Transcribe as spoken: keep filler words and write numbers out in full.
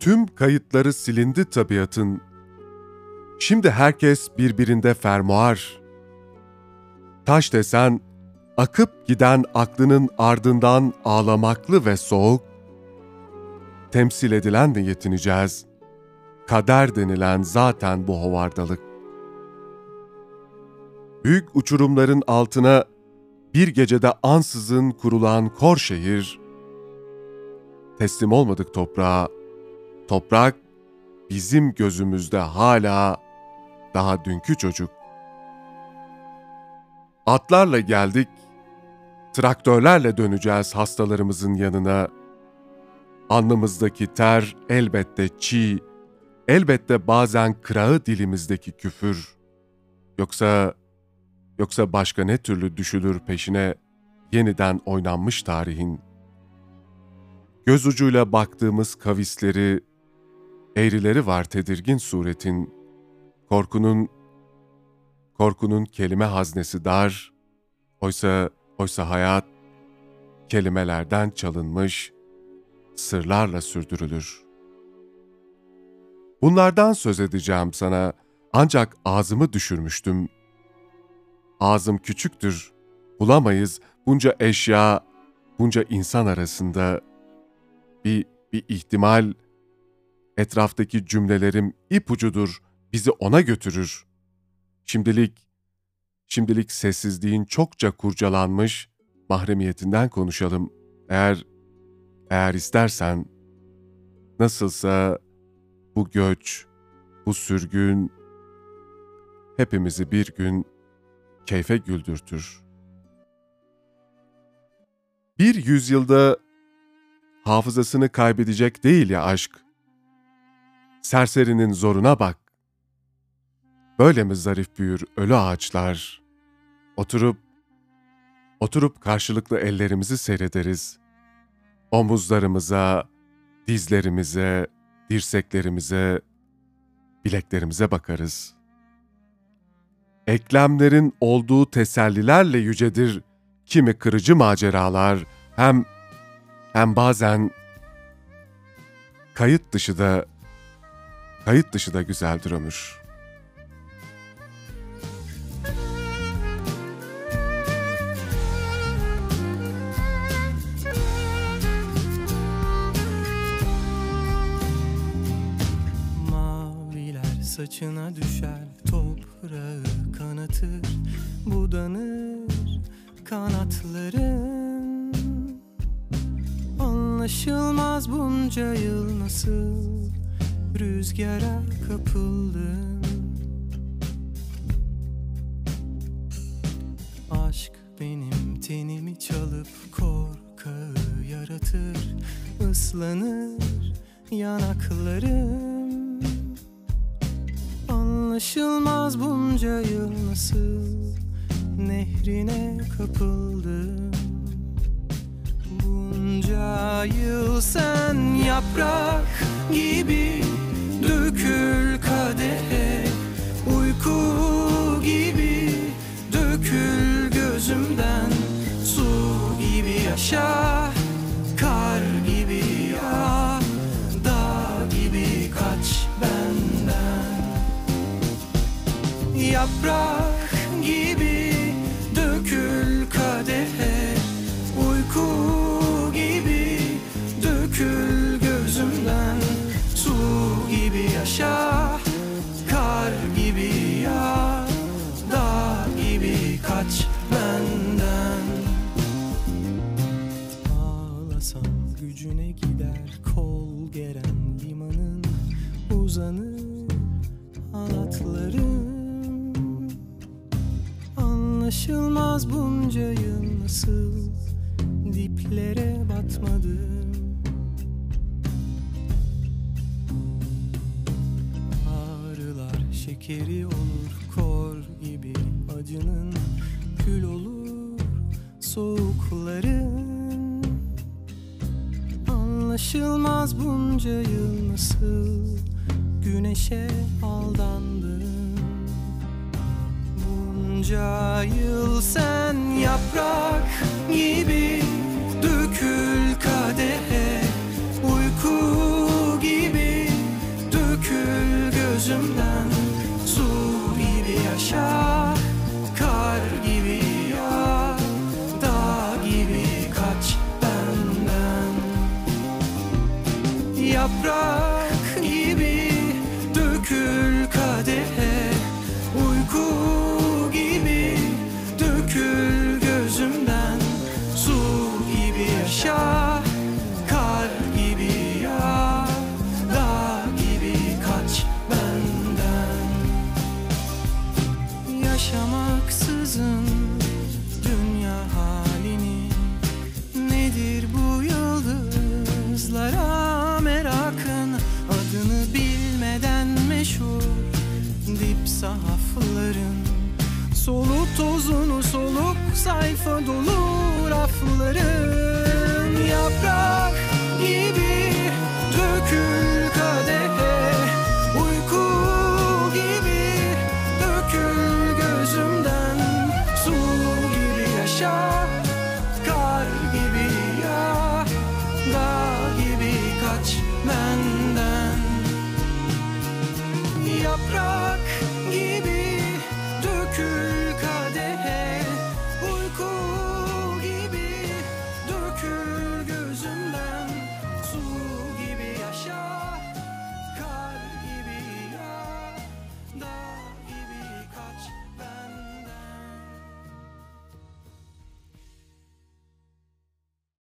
Tüm kayıtları silindi tabiatın. Şimdi herkes birbirinde fermuar. Taş desen, akıp giden aklının ardından ağlamaklı ve soğuk. Temsil edilenle yetineceğiz. Kader denilen zaten bu hovardalık. Büyük uçurumların altına bir gecede ansızın kurulan kor şehir. Teslim olmadık toprağa. Toprak bizim gözümüzde hala daha dünkü çocuk. Atlarla geldik, traktörlerle döneceğiz hastalarımızın yanına. Alnımızdaki ter elbette çiğ, elbette bazen kırağı dilimizdeki küfür. Yoksa, yoksa başka ne türlü düşülür peşine yeniden oynanmış tarihin. Göz ucuyla baktığımız kavisleri, eğrileri var tedirgin suretin. Korkunun, korkunun kelime haznesi dar, oysa, oysa hayat kelimelerden çalınmış, sırlarla sürdürülür. Bunlardan söz edeceğim sana, ancak ağzımı düşürmüştüm. Ağzım küçüktür, bulamayız bunca eşya, bunca insan arasında. Bir, bir ihtimal, etraftaki cümlelerim ipucudur, bizi ona götürür. Şimdilik, şimdilik sessizliğin çokça kurcalanmış mahremiyetinden konuşalım. Eğer, eğer istersen, nasılsa bu göç, bu sürgün, hepimizi bir gün keyfe güldürtür. Bir yüzyılda hafızasını kaybedecek değil ya aşk. Serserinin zoruna bak. Böyle mi zarif büyür ölü ağaçlar? Oturup, oturup karşılıklı ellerimizi seyrederiz. Omuzlarımıza, dizlerimize, dirseklerimize, bileklerimize bakarız. Eklemlerin olduğu tesellilerle yücedir kimi kırıcı maceralar, hem hem bazen kayıt dışı da kayıt dışı da güzeldir ömür. Maviler saçına düşer, toprağı kanatır, budanır kanatların. Anlaşılmaz bunca yıl nasıl rüzgara kapıldım. Aşk benim tenimi çalıp korkağı yaratır, ıslanır yanaklarım. Anlaşılmaz bunca yıl nasıl nehrine kapıldım. Bunca yıl sen yaprak gibi dökül kadehe, uyku gibi dökül gözümden, su gibi yaşa, kar gibi yağ, dağ gibi kaç benden. Yaprak gibi dökül kadehe, uyku gibi dökül gözümden, su gibi yaşa, kar gibi yağ, dağ gibi kaç benden. Ağlasam gücüne gider, kol geren limanın uzanır halatlarım. Anlaşılmaz bunca yıl nasıl diplere batmadım. Ağrılar şekeri olur, kor gibi acının kül olur soğukların. Anlaşılmaz bunca yıl nasıl güneşe aldandım. Bunca yıl sen yaprak gibi dökül kadehe, uyku gibi tozunu soluk sayfa dolu rafların. Yaprak gibi dökül kadehe, uyku gibi dökül gözümden. Su gibi yaşa, kar gibi yağ, dağ gibi kaç benden. Yaprak gibi dökül